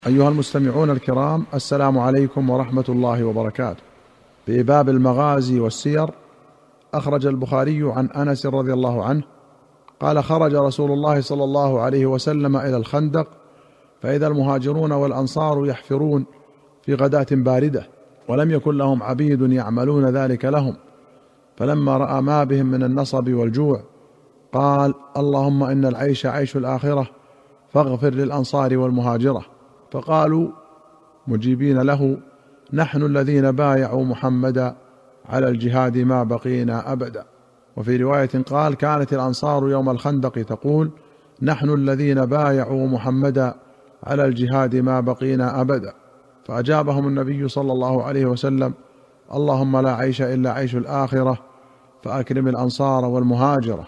أيها المستمعون الكرام، السلام عليكم ورحمة الله وبركاته. في باب المغازي والسير، أخرج البخاري عن أنس رضي الله عنه قال: خرج رسول الله صلى الله عليه وسلم إلى الخندق، فإذا المهاجرون والأنصار يحفرون في غداة باردة، ولم يكن لهم عبيد يعملون ذلك لهم، فلما رأى ما بهم من النصب والجوع قال: اللهم إن العيش عيش الآخرة، فاغفر للأنصار والمهاجرة. فقالوا مجيبين له: نحن الذين بايعوا محمدا على الجهاد ما بقينا أبدا. وفي رواية قال: كانت الأنصار يوم الخندق تقول: نحن الذين بايعوا محمدا على الجهاد ما بقينا أبدا. فأجابهم النبي صلى الله عليه وسلم: اللهم لا عيش إلا عيش الآخرة، فأكرم الأنصار والمهاجرة.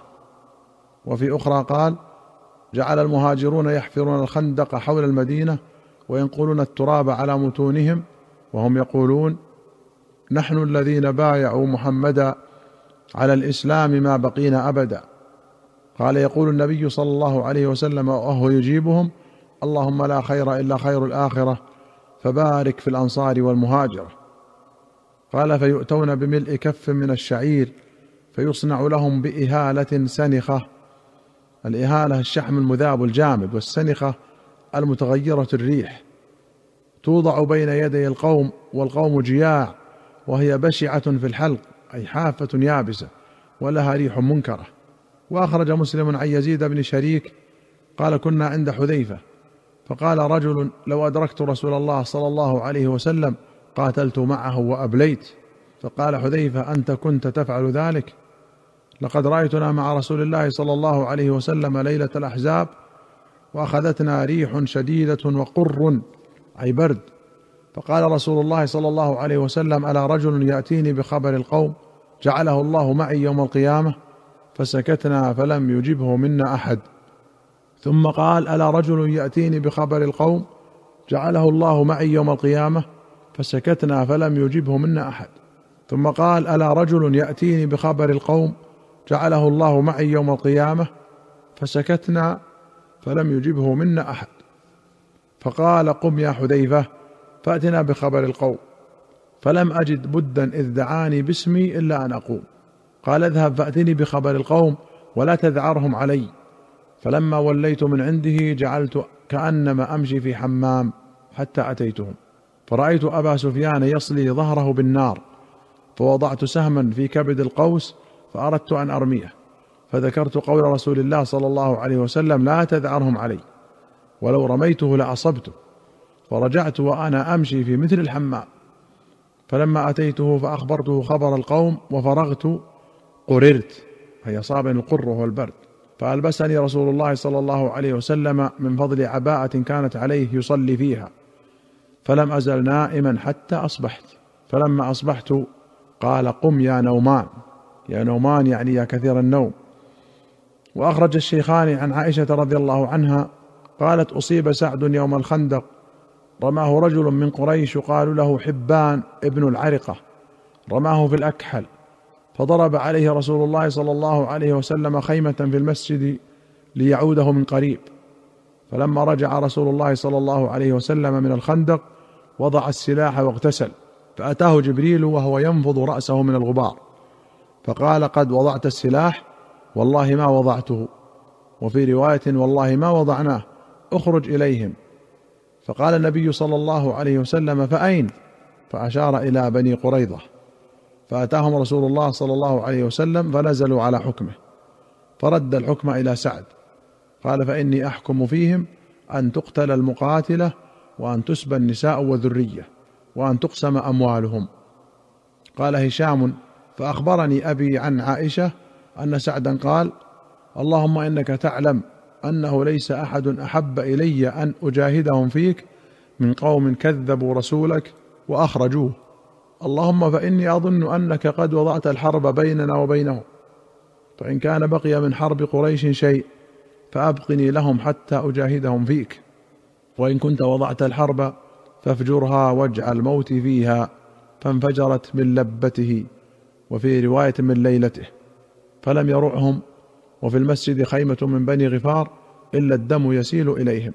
وفي أخرى قال: جعل المهاجرون يحفرون الخندق حول المدينة وينقلون التراب على متونهم، وهم يقولون: نحن الذين بايعوا محمدا على الإسلام ما بقينا أبدا. قال: يقول النبي صلى الله عليه وسلم وهو يجيبهم: اللهم لا خير إلا خير الآخرة، فبارك في الأنصار والمهاجرة. قال: فيؤتون بملء كف من الشعير فيصنع لهم بإهالة سنخة. الإهالة الشحم المذاب الجامد، والسنخة المتغيرة الريح، توضع بين يدي القوم، والقوم جياع، وهي بشعة في الحلق، أي حافة يابسة ولها ريح منكرة. وأخرج مسلم عن يزيد بن شريك قال: كنا عند حذيفة، فقال رجل: لو أدركت رسول الله صلى الله عليه وسلم قاتلت معه وأبليت. فقال حذيفة: أنت كنت تفعل ذلك؟ لقد رأيتنا مع رسول الله صلى الله عليه وسلم ليلة الأحزاب، وأخذتنا ريح شديدة وقر، أي برد. فقال رسول الله صلى الله عليه وسلم: ألا رجل يأتيني بخبر القوم جعله الله معي يوم القيامة؟ فسكتنا فلم يجبه منا أحد. ثم قال: ألا رجل يأتيني بخبر القوم جعله الله معي يوم القيامة؟ فسكتنا فلم يجبه منا أحد. ثم قال: ألا رجل يأتيني بخبر القوم جعله الله معي يوم القيامة؟ فسكتنا فلم يجبه منا أحد. فقال: قم يا حذيفة فأتنا بخبر القوم. فلم أجد بدا إذ دعاني باسمي إلا أن أقوم. قال: اذهب فأتني بخبر القوم ولا تذعرهم علي. فلما وليت من عنده جعلت كأنما أمشي في حمام حتى أتيتهم، فرأيت أبا سفيان يصلي ظهره بالنار، فوضعت سهما في كبد القوس فأردت أن أرميه، فذكرت قول رسول الله صلى الله عليه وسلم: لا تذعرهم علي، ولو رميته لأصبته. فرجعت وأنا أمشي في مثل الحمام. فلما أتيته فأخبرته خبر القوم وفرغت قررت، هي أصابني القر وهو البرد، فألبسني رسول الله صلى الله عليه وسلم من فضل عباءة كانت عليه يصلي فيها، فلم أزل نائما حتى أصبحت. فلما أصبحت قال: قم يا نومان. يا نومان يعني يا كثير النوم. وأخرج الشيخان عن عائشة رضي الله عنها قالت: أصيب سعد يوم الخندق، رماه رجل من قريش قالوا له حبان ابن العرقة، رماه في الأكحل، فضرب عليه رسول الله صلى الله عليه وسلم خيمة في المسجد ليعوده من قريب. فلما رجع رسول الله صلى الله عليه وسلم من الخندق وضع السلاح واغتسل، فأتاه جبريل وهو ينفض رأسه من الغبار، فقال: قد وضعت السلاح؟ والله ما وضعته. وفي رواية: والله ما وضعناه، اخرج إليهم. فقال النبي صلى الله عليه وسلم: فأين؟ فأشار إلى بني قريظة، فأتاهم رسول الله صلى الله عليه وسلم فنزلوا على حكمه، فرد الحكم إلى سعد. قال: فإني أحكم فيهم أن تقتل المقاتلة، وأن تسبى النساء والذرية، وأن تقسم أموالهم. قال هشام: فأخبرني أبي عن عائشة أن سعدا قال: اللهم إنك تعلم أنه ليس أحد أحب إلي أن أجاهدهم فيك من قوم كذبوا رسولك وأخرجوه، اللهم فإني أظن أنك قد وضعت الحرب بيننا وبينهم، فإن كان بقي من حرب قريش شيء فأبقني لهم حتى أجاهدهم فيك، وإن كنت وضعت الحرب فافجرها واجعل موتي فيها. فانفجرت من لبته، وفي رواية من ليلته، فلم يرعهم. وفي المسجد خيمة من بني غفار إلا الدم يسيل إليهم،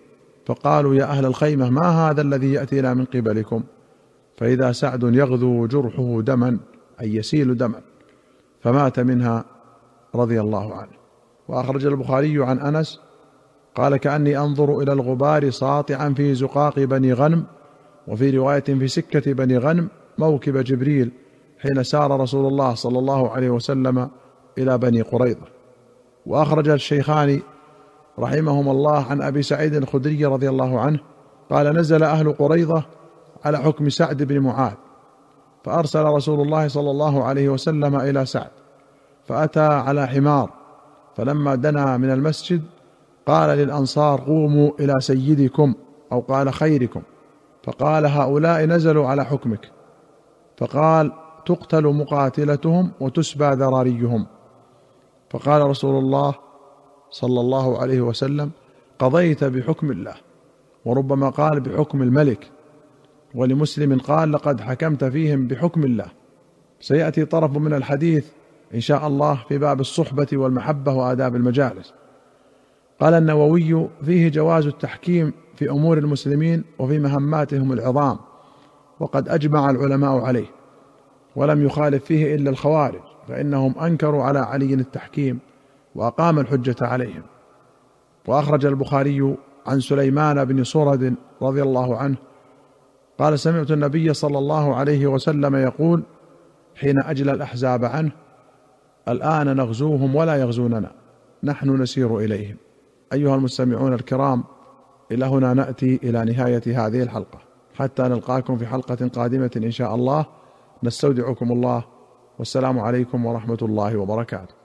فقالوا يا أهل الخيمة ما هذا الذي يأتينا من قبلكم؟ فإذا سعد يغدو جرحه دما، أي يسيل دما، فمات منها رضي الله عنه. وأخرج البخاري عن أنس قال كأني أنظر إلى الغبار ساطعا في زقاق بني غنم، وفي رواية في سكة بني غنم موكب جبريل حين سار رسول الله صلى الله عليه وسلم إلى بني قريظة. وأخرج الشيخان رحمهما الله عن أبي سعيد الخدري رضي الله عنه قال نزل أهل قريظة على حكم سعد بن معاذ، فأرسل رسول الله صلى الله عليه وسلم إلى سعد، فأتى على حمار، فلما دنا من المسجد قال للأنصار قوموا إلى سيدكم، أو قال خيركم، فقال هؤلاء نزلوا على حكمك، فقال تقتل مقاتلتهم وتسبى ذراريهم. فقال رسول الله صلى الله عليه وسلم قضيت بحكم الله، وربما قال بحكم الملك، ولمسلم قال لقد حكمت فيهم بحكم الله. سيأتي طرف من الحديث إن شاء الله في باب الصحبة والمحبة وآداب المجالس. قال النووي فيه جواز التحكيم في أمور المسلمين وفي مهماتهم العظام، وقد أجمع العلماء عليه، ولم يخالف فيه إلا الخوارج، فإنهم أنكروا على علي التحكيم وأقام الحجة عليهم. وأخرج البخاري عن سليمان بن صرد رضي الله عنه قال سمعت النبي صلى الله عليه وسلم يقول حين أجلى الأحزاب عنه الآن نغزوهم ولا يغزوننا، نحن نسير إليهم. أيها المستمعون الكرام، إلى هنا نأتي إلى نهاية هذه الحلقة، حتى نلقاكم في حلقة قادمة إن شاء الله، نستودعكم الله، والسلام عليكم ورحمة الله وبركاته.